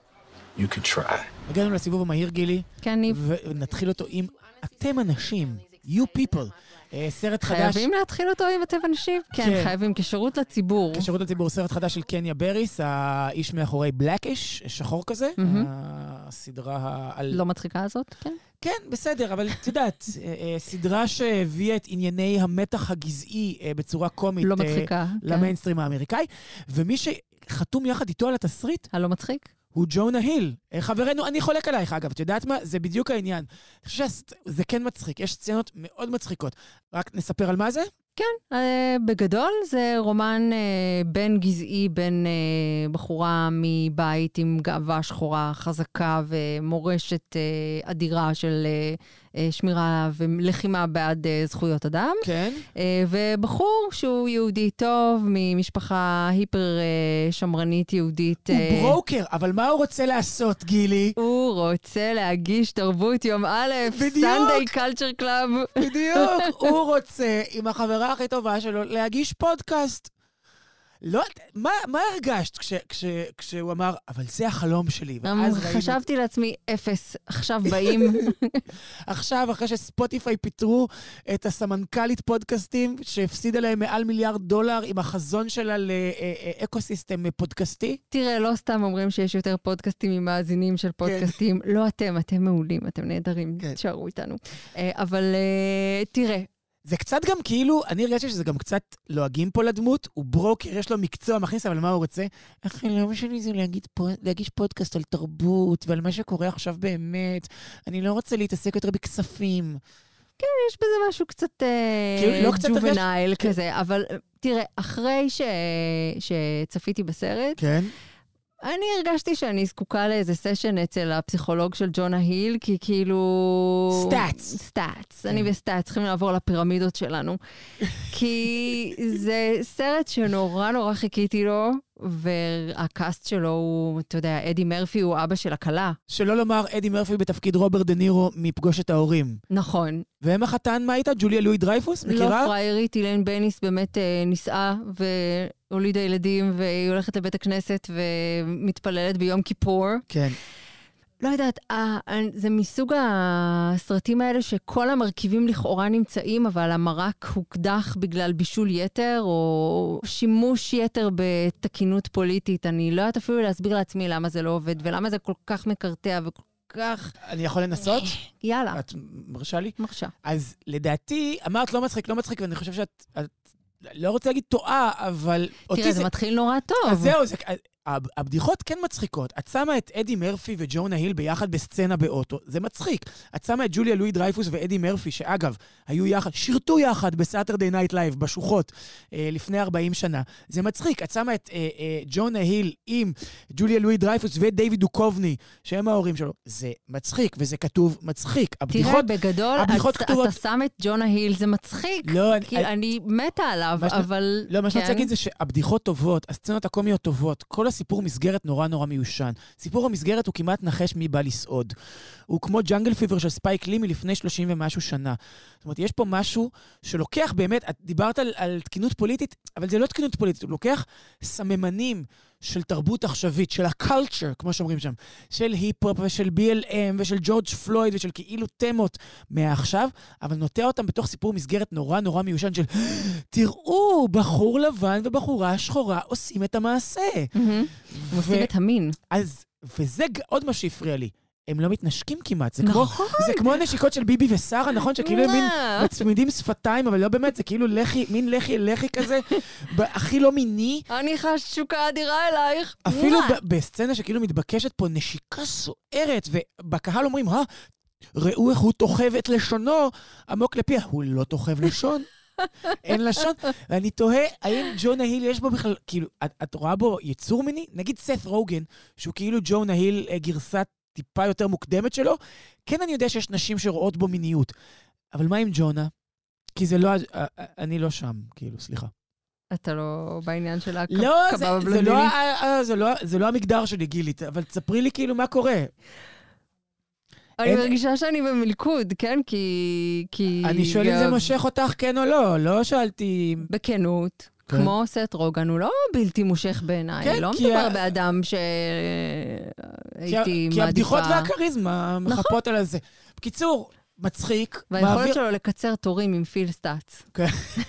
Speaker 7: you could try.
Speaker 2: הגענו לסיבוב המהיר, גילי,
Speaker 3: כן, ניב.
Speaker 2: ונתחיל אותו עם אתם אנשים, you people. אה, סרט חדש,
Speaker 3: חייבים להתחיל אותו עם אתם אנשים? כן,
Speaker 2: כן.
Speaker 3: חייבים, כשירות לציבור.
Speaker 2: כשירות לציבור, סרט חדש של קניה בריס, האיש מאחורי בלאק-איש, שחור כזה,
Speaker 3: מהמם.
Speaker 2: הסדרה ה- על...
Speaker 3: לא מצחיקה הזאת, כן.
Speaker 2: כן, בסדר, אבל את יודעת, אה, אה, סדרה שהביאה את ענייני המתח הגזעי אה, בצורה קומית
Speaker 3: לא
Speaker 2: אה,
Speaker 3: מצחיקה. כן.
Speaker 2: למיינסטרים האמריקאי, ומי שחתום יחד איתו על התסריט
Speaker 3: הלא מצחיק?
Speaker 2: הוא ג'ונה היל. אה, חברנו, אני חולק עלייך, אגב, את יודעת מה? זה בדיוק העניין. אני חושב שזה כן מצחיק, יש סצנות מאוד מצחיקות. רק נספר על מה זה?
Speaker 3: כן, אה, בגדול זה רומן אה, בין גזעי, בין אה, בחורה מבית עם גאווה שחורה חזקה ומורשת אה, אדירה של אה, אה, שמירה ולחימה בעד אה, זכויות אדם.
Speaker 2: כן.
Speaker 3: אה, ובחור שהוא יהודי טוב, ממשפחה היפר אה, שמרנית יהודית.
Speaker 2: הוא
Speaker 3: אה,
Speaker 2: ברוקר, אבל מה הוא רוצה לעשות, גילי?
Speaker 3: הוא רוצה להגיש תרבות יום א',
Speaker 2: בדיוק.
Speaker 3: סנדיי קלצ'ר קלאב.
Speaker 2: בדיוק, הוא רוצה, עם החברה הכי טובה שלו, להגיש פודקאסט. לא, מה, מה הרגשת כש, כש, כשהוא אמר, אבל זה החלום שלי, ואז ראינו...
Speaker 3: חשבתי לעצמי, אפס, עכשיו באים.
Speaker 2: עכשיו, אחרי שספוטיפיי פיטרו את הסמנכלית פודקאסטים, שהפסידה להם מעל מיליארד דולר עם החזון שלה לאקוסיסטם פודקאסטי.
Speaker 3: תראה, לא סתם אומרים שיש יותר פודקאסטים ממאזינים של פודקאסטים. לא אתם, אתם מעולים, אתם נהדרים,
Speaker 2: כן.
Speaker 3: תשארו איתנו. אה, אבל אה, תראה,
Speaker 2: זה קצת גם כאילו, אני הרגשתי שזה גם קצת לועגים פה לדמות, הוא ברוקר, יש לו מקצוע, מכניס, אבל מה הוא רוצה? החלום שלי זה להגיד, להגיש פודקאסט על תרבות ועל מה שקורה עכשיו באמת. אני לא רוצה להתעסק יותר בכספים.
Speaker 3: יש בזה משהו קצת
Speaker 2: כאילו, לא קצת
Speaker 3: ג'ובנייל
Speaker 2: הרגש-
Speaker 3: כזה, אבל אה, תראה, אחרי ש- שצפיתי בסרט,
Speaker 2: כן.
Speaker 3: אני הרגשתי שאני זקוקה לאיזה סשן אצל הפסיכולוג של ג'ונה היל, כי כאילו...
Speaker 2: סטאטס.
Speaker 3: סטאטס. אני וסטאטס צריכים לעבור לפירמידות שלנו. כי זה סרט שנורא נורא חיכיתי לו, והקאסט שלו הוא, אתה יודע, אדי מרפי הוא אבא של הכלה.
Speaker 2: שלא לומר, אדי מרפי בתפקיד רוברט דה נירו מפגוש את ההורים.
Speaker 3: נכון.
Speaker 2: והם החתן, מה הייתה? ג'וליה לואי דרייפוס? מכירה?
Speaker 3: לא פריירית, אילן בניס באמת אה, נישאה והולידה ילדים, והיא הולכת לבית הכנסת ומתפללת ביום כיפור.
Speaker 2: כן.
Speaker 3: לא יודעת, אה, זה מסוג הסרטים האלה שכל המרכיבים לכאורה נמצאים, אבל המרק הוקדח בגלל בישול יתר, או שימוש יתר בתקינות פוליטית. אני לא יודעת אפילו להסביר לעצמי למה זה לא עובד, ולמה זה כל כך מקרטע וכל כך...
Speaker 2: אני יכול לנסות?
Speaker 3: יאללה,
Speaker 2: את מרשה לי?
Speaker 3: מרשה.
Speaker 2: אז לדעתי, אמרת לא מצחיק, לא מצחיק, ואני חושב שאת... את, לא רוצה להגיד טועה, אבל...
Speaker 3: תראה, זה מתחיל נורא טוב.
Speaker 2: אז זהו, זה, הבדיחות כן מצחיקות. את שמה את אדי מרפי וג'ונה היל ביחד בסצנה באוטו, זה מצחיק. את שמה את ג'וליה לואי דרייפוס ואדי מרפי, שאגב, היו יחד, שירתו יחד בסאטרדיי נייט לייב, בשוחות, אה, לפני ארבעים שנה. זה מצחיק. את שמה את אה, אה, ג'ונה היל עם ג'וליה לואי דרייפוס ודייוויד דוקובני, שהם ההורים שלו. זה מצחיק, וזה כתוב מצחיק. הבדיחות,
Speaker 3: תראה, בגדול,
Speaker 2: הבדיחות
Speaker 3: אתה,
Speaker 2: כתובות...
Speaker 3: אתה שם את ג'ונה היל, זה מצחיק.
Speaker 2: לא,
Speaker 3: כי
Speaker 2: אני...
Speaker 3: אני מתה עליו,
Speaker 2: מה שאני-
Speaker 3: אבל...
Speaker 2: לא, מה שאני רוצה
Speaker 3: כן.
Speaker 2: להגיד זה שהבדיחות טובות, הסצנות הקומיות טובות, כל הסיפור מסגרת נורא נורא מיושן. סיפור המסגרת הוא כמעט נחש מי בא לסעוד. הוא כמו ג'אנגל פיבר של ספייק לי מלפני שלושים ומשהו שנה. זאת אומרת, יש פה משהו שלוקח באמת, את דיברת על, על תקינות פוליטית, אבל זה לא תקינות פוליטית, הוא לוקח סממנים של תרבות עכשווית, של הקלצ'ר, כמו שאומרים שם, של היפ-הופ ושל בי אל אם ושל ג'ורג' פלויד ושל כאילו תמות מעכשיו, אבל נוטע אותם בתוך סיפור מסגרת נורא נורא מיושן של תראו, בחור לבן ובחורה שחורה עושים את המעשה.
Speaker 3: הם עושים את המין.
Speaker 2: אז, וזה ג- עוד מה שהפריע לי. הם לא מתנשקים כמעט. זה כמו,
Speaker 3: נכון.
Speaker 2: זה כמו הנשיקות של ביבי ושרה, נכון? שכאילו הם מין
Speaker 3: מה?
Speaker 2: מצמידים שפתיים, אבל לא באמת, זה כאילו לחי, מין לחי לחי כזה, ב- הכי לא מיני.
Speaker 3: אני חש תשוקה אדירה אלייך.
Speaker 2: אפילו
Speaker 3: מה?
Speaker 2: ב- בסצנה שכאילו מתבקשת פה נשיקה סוערת, ובקהל אומרים, אה, ראו איך הוא תוחב את לשונו עמוק לפיה. הוא לא תוחב לשון, אין לשון. ואני תוהה, האם ג'ונה היל יש בו בכלל, כאילו, את, את רואה בו יצור מיני? נגיד סת רוגן, שהוא כאילו ג'ונה היל גרסת טיפה יותר מוקדמת שלו, כן אני יודע שיש נשים שרואות בו מיניות. אבל מה עם ג'ונה? כי זה לא, אני לא שם, כאילו, סליחה.
Speaker 3: אתה לא בעניין של הקבב
Speaker 2: לא,
Speaker 3: הבלונדיני?
Speaker 2: לא, זה לא, זה לא המגדר שלי, גילית, אבל תספרי לי כאילו מה קורה.
Speaker 3: אני מרגישה שאני במלכוד, כן? כי...
Speaker 2: אני שואל אם זה מושך אותך כן או לא, לא שאלתי...
Speaker 3: בכנות, כמו סט רוגן, הוא לא בלתי מושך בעיניי, לא מדובר באדם שהייתי מעדיפה...
Speaker 2: כי הבדיחות והקריזמה מחפות על זה. בקיצור, מצחיק.
Speaker 3: והיכולת שלו לקצר תורים עם פיל סטאץ.
Speaker 2: כן.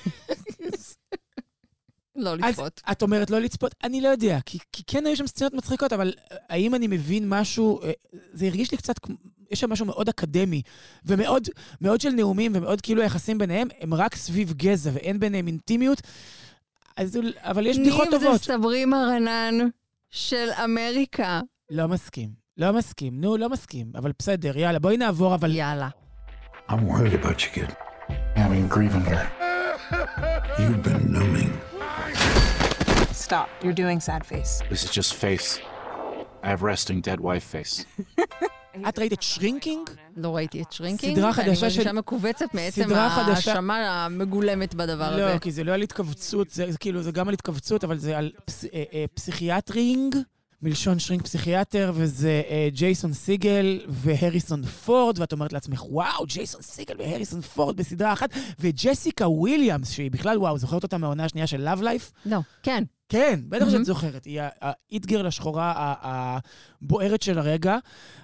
Speaker 3: לא לצפות.
Speaker 2: את אומרת לא לצפות? אני לא יודע, כי, כי כן היו שם סצנות מצחיקות, אבל האם אני מבין משהו, זה הרגיש לי קצת, יש שם משהו מאוד אקדמי, ומאוד מאוד של נאומים, ומאוד כאילו היחסים ביניהם, הם רק סביב גזע, ואין ביניהם אינטימיות, אז, אבל יש בדיחות טובות.
Speaker 3: ניב זה סברי מרנן של אמריקה.
Speaker 2: לא מסכים, לא מסכים, נו, לא מסכים, אבל בסדר, יאללה, בואי נעבור, אבל...
Speaker 3: יאללה.
Speaker 9: I'm worried about you, kid. I've been grieving her. You've been numbing.
Speaker 10: Stop. You're doing sad face.
Speaker 1: This is just face. I have resting dead wife face.
Speaker 2: את ראית את שרינקינג?
Speaker 3: לא ראיתי את שרינקינג.
Speaker 2: סדרה חדשה של...
Speaker 3: אני מרגישה מקובצת מעצם ההאשמה המגולמת בדבר הזה.
Speaker 2: לא, כי זה לא על התכווצות, זה כאילו, זה גם על התכווצות, אבל זה על פסיכיאטרינג, מלשון שרינק פסיכיאטר, וזה ג'ייסון סיגל והריסון פורד, ואת אומרת לעצמך, וואו, ג'ייסון סיגל והריסון פורד בסדרה אחת, וג'סיקה וויליאמס, שהיא בכלל, וואו, זוכרת אותה מהעונה השנייה של Love Life?
Speaker 3: לא, כן.
Speaker 2: כן, בטח שאת זוכרת. היא האיטגר לשחורה הבוערת של הרגע,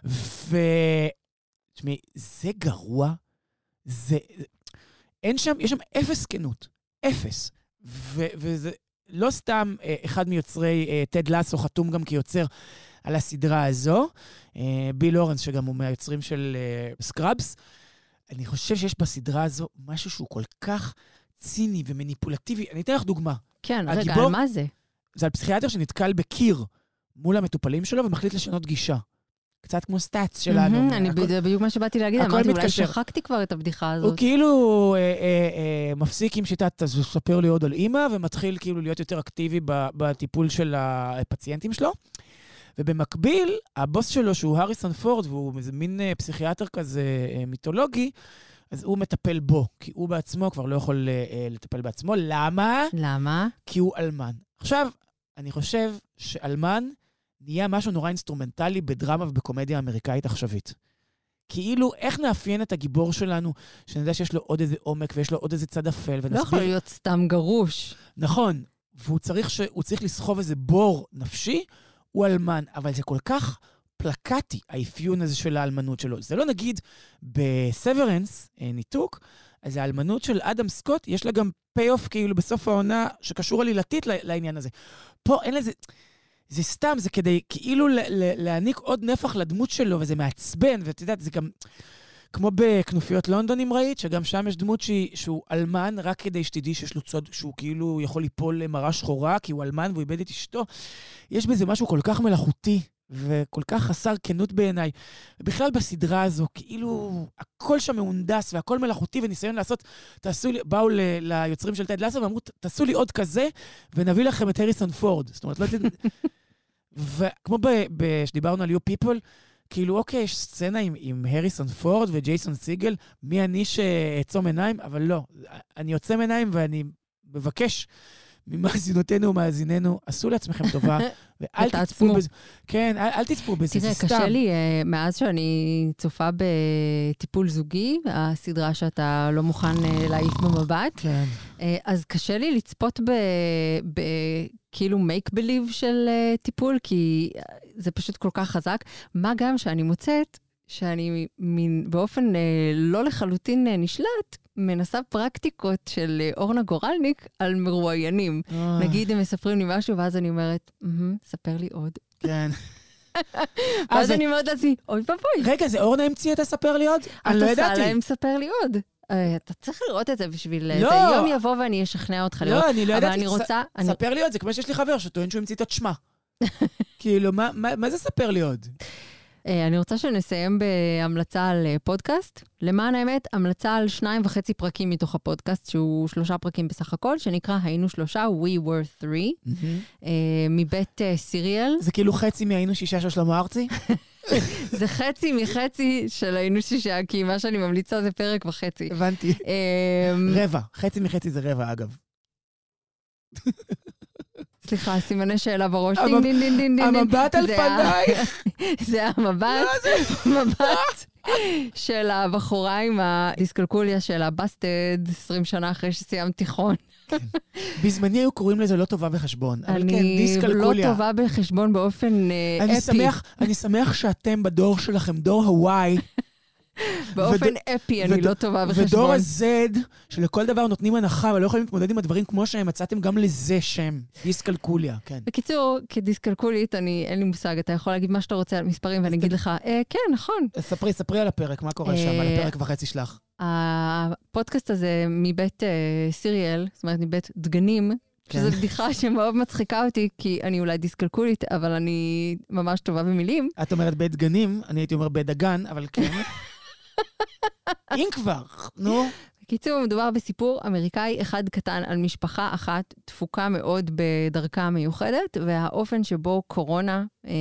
Speaker 2: ותשמעי, זה גרוע, זה... אין שם, יש שם אפס כנות, אפס. וזה... לא סתם אחד מיוצרי טד לסו חתום גם כיוצר על הסדרה הזו, ביל לורנס, שגם הוא מהיוצרים של סקראבס. אני חושב שיש בסדרה הזו משהו שהוא כל כך ציני ומניפולטיבי. אני אתן לך דוגמה.
Speaker 3: כן, רגע, על מה זה?
Speaker 2: זה על פסיכיאטר שנתקל בקיר מול המטופלים שלו ומחליט לשנות גישה. קצת כמו סטאץ שלנו.
Speaker 3: אני בדיוק מה שבאתי להגיד, אמרתי, אולי שחקתי כבר את הבדיחה הזאת.
Speaker 2: הוא כאילו מפסיק עם שיטת, אז הוא ספר לי עוד על אימא, ומתחיל כאילו להיות יותר אקטיבי בטיפול של הפציינטים שלו. ובמקביל, הבוס שלו, שהוא הריסון פורד, והוא איזה מין פסיכיאטר כזה מיתולוגי, אז הוא מטפל בו, כי הוא בעצמו כבר לא יכול לטפל בעצמו. למה?
Speaker 3: למה?
Speaker 2: כי הוא אלמן. עכשיו, אני חושב שאלמן נהיה משהו נורא אינסטרומנטלי בדרמה ובקומדיה אמריקאית עכשווית. כאילו, איך נאפיין את הגיבור שלנו, שנדע שיש לו עוד איזה עומק ויש לו עוד איזה צד אפל, ונסביר...
Speaker 3: לא יכול להיות סתם גרוש.
Speaker 2: נכון, והוא צריך, ש... צריך לסחוב איזה בור נפשי, הוא אלמן, אבל זה כל כך פלקטי, האפיון הזה של האלמנות שלו. זה לא נגיד בסוורנס, ניתוק, אז האלמנות של אדם סקוט, יש לה גם פי-אוף כאילו בסוף העונה שקשור עלילתית לעניין הזה. פה אין לזה... זה סתם, זה כדי כאילו להעניק עוד נפח לדמות שלו, וזה מעצבן, ואת יודעת, זה גם כמו בכנופיות לונדון, אם ראית, שגם שם יש דמות שהיא, שהוא אלמן, רק כדי שתדעי שיש לו צוד, שהוא כאילו יכול ליפול למראה שחורה, כי הוא אלמן והוא איבד את אשתו. יש בזה משהו כל כך מלאכותי, וכל כך חסר כנות בעיניי. ובכלל בסדרה הזו, כאילו, הכל שם מהונדס, והכל מלאכותי, וניסיון לעשות, תעשו לי, באו ל, ליוצרים של טד לסו, ואמרו, תעשו לי עוד כזה, ונביא לכם את הריסון פורד. זאת אומרת, לא תד... וכמו שדיברנו על You People, כאילו, אוקיי, יש סצנה עם, עם הריסון פורד וג'ייסון סיגל, מי אני שעצום עיניים, אבל לא, אני יוצא עיניים ואני מבקש ממאזינותינו ומאזיננו, עשו לעצמכם טובה, ואל תצפו בזה. כן, אל, אל תצפו בזה, זה סתם.
Speaker 3: תראה, קשה לי, מאז שאני צופה בטיפול זוגי, הסדרה שאתה לא מוכן להעיף במבט,
Speaker 2: כן.
Speaker 3: אז קשה לי לצפות ב... ב כאילו make believe של uh, טיפול, כי זה פשוט כל כך חזק. מה גם שאני מוצאת, שאני מין, באופן uh, לא לחלוטין uh, נשלט, מנסה פרקטיקות של uh, אורנה גורלניק על מרואיינים. נגיד, הם מספרים לי משהו, ואז אני אומרת, ספר לי עוד.
Speaker 2: כן.
Speaker 3: ואז אני אומרת לעצמי, אוי ואבוי.
Speaker 2: רגע, זה אורנה המציא את הספר לי עוד? אני לא ידעתי.
Speaker 3: את עושה להם ספר לי עוד. אתה צריך לראות את זה בשביל... לא. זה יום יבוא ואני אשכנע אותך לראות.
Speaker 2: לא, אני לא ידעתי.
Speaker 3: אבל אני רוצה...
Speaker 2: ספר לי עוד, זה כמו שיש לי חבר שטוען שהוא המציא את שמה. כאילו, מה זה ספר לי עוד?
Speaker 3: אני רוצה שנסיים בהמלצה על פודקאסט. למען האמת, המלצה על שניים וחצי פרקים מתוך הפודקאסט, שהוא שלושה פרקים בסך הכל, שנקרא היינו שלושה, We were three, mm-hmm. מבית סיריאל.
Speaker 2: זה כאילו חצי מהיינו שישה של שלמה ארצי?
Speaker 3: זה חצי מחצי של היינו שישה, כי מה שאני ממליצה זה פרק וחצי.
Speaker 2: הבנתי. רבע, חצי מחצי זה רבע, אגב.
Speaker 3: סליחה, סימני שאלה בראש.
Speaker 2: המבט על פנייך.
Speaker 3: זה המבט, מבט של הבחורה עם הדיסקלקוליה של הבאסטד, עשרים שנה אחרי שסיימת תיכון.
Speaker 2: בזמני היו קוראים לזה לא טובה בחשבון, אבל כן, דיסקלקוליה.
Speaker 3: אני לא טובה בחשבון באופן אפי.
Speaker 2: אני שמח שאתם בדור שלכם, דור הוואי,
Speaker 3: באופן אפי אני לא טובה בחשבון.
Speaker 2: ודור ה-Z, שלכל דבר נותנים הנחה, אבל לא יכולים להתמודד עם הדברים כמו שהם, מצאתם גם לזה שם, דיסקלקוליה, כן.
Speaker 3: בקיצור, כדיסקלקולית, אין לי מושג, אתה יכול להגיד מה שאתה רוצה על מספרים, ואני אגיד לך, כן, נכון.
Speaker 2: ספרי, ספרי על הפרק, מה קורה שם, על הפרק וחצי שלך.
Speaker 3: הפודקאסט הזה מבית סיריאל, זאת אומרת, מבית דגנים, שזו בדיחה שמאוד מצחיקה אותי, כי אני אולי דיסקלקולית, אבל אני ממש טובה במילים.
Speaker 2: את אומרת בית דגנים, אני הייתי אומר בית דגן, אבל כן. אם כבר, נו.
Speaker 3: בקיצור, מדובר בסיפור אמריקאי אחד קטן על משפחה אחת תפוקה מאוד בדרכה המיוחדת, והאופן שבו קורונה אה,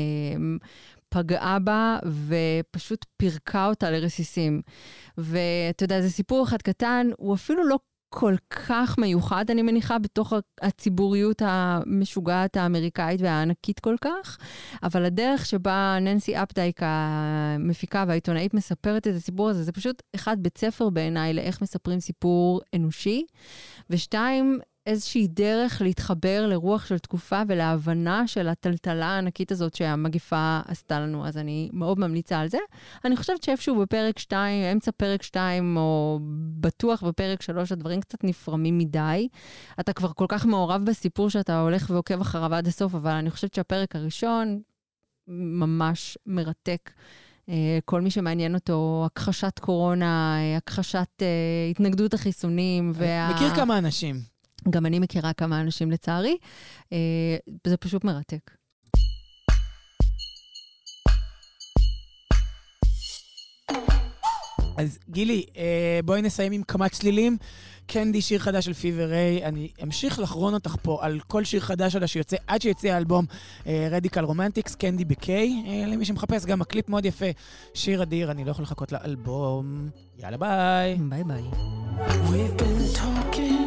Speaker 3: פגעה בה ופשוט פירקה אותה לרסיסים. ואתה יודע, זה סיפור אחד קטן, הוא אפילו לא כל כך מיוחד, אני מניחה, בתוך הציבוריות המשוגעת האמריקאית והענקית כל כך, אבל הדרך שבה ננסי אפדייק המפיקה והעיתונאית מספרת את הסיפור הזה, זה פשוט אחד בית ספר בעיניי לאיך מספרים סיפור אנושי, ושתיים, איזושהי דרך להתחבר לרוח של תקופה ולהבנה של הטלטלה הענקית הזאת שהמגיפה עשתה לנו. אז אני מאוד ממליצה על זה. אני חושבת שאיפשהו בפרק שתיים, אמצע פרק שתיים, או בטוח בפרק שלוש, הדברים קצת נפרמים מדי. אתה כבר כל כך מעורב בסיפור שאתה הולך ועוקב אחריו עד הסוף, אבל אני חושבת שהפרק הראשון ממש מרתק. כל מי שמעניין אותו, הכחשת קורונה, הכחשת התנגדות החיסונים. וה...
Speaker 2: מכיר כמה אנשים.
Speaker 3: גם אני מכירה כמה אנשים לצערי, זה פשוט מרתק.
Speaker 2: אז גילי, בואי נסיים עם כמה צלילים. קנדי, שיר חדש של פיבר ריי. אני אמשיך לחרון אותך פה על כל שיר חדש עד שיוצא, עד שיצא האלבום רדיקל רומנטיקס, קנדי בקיי. למי שמחפש, גם הקליפ מאוד יפה. שיר אדיר, אני לא יכול לחכות לאלבום. יאללה ביי.
Speaker 3: ביי ביי.
Speaker 11: We've been talking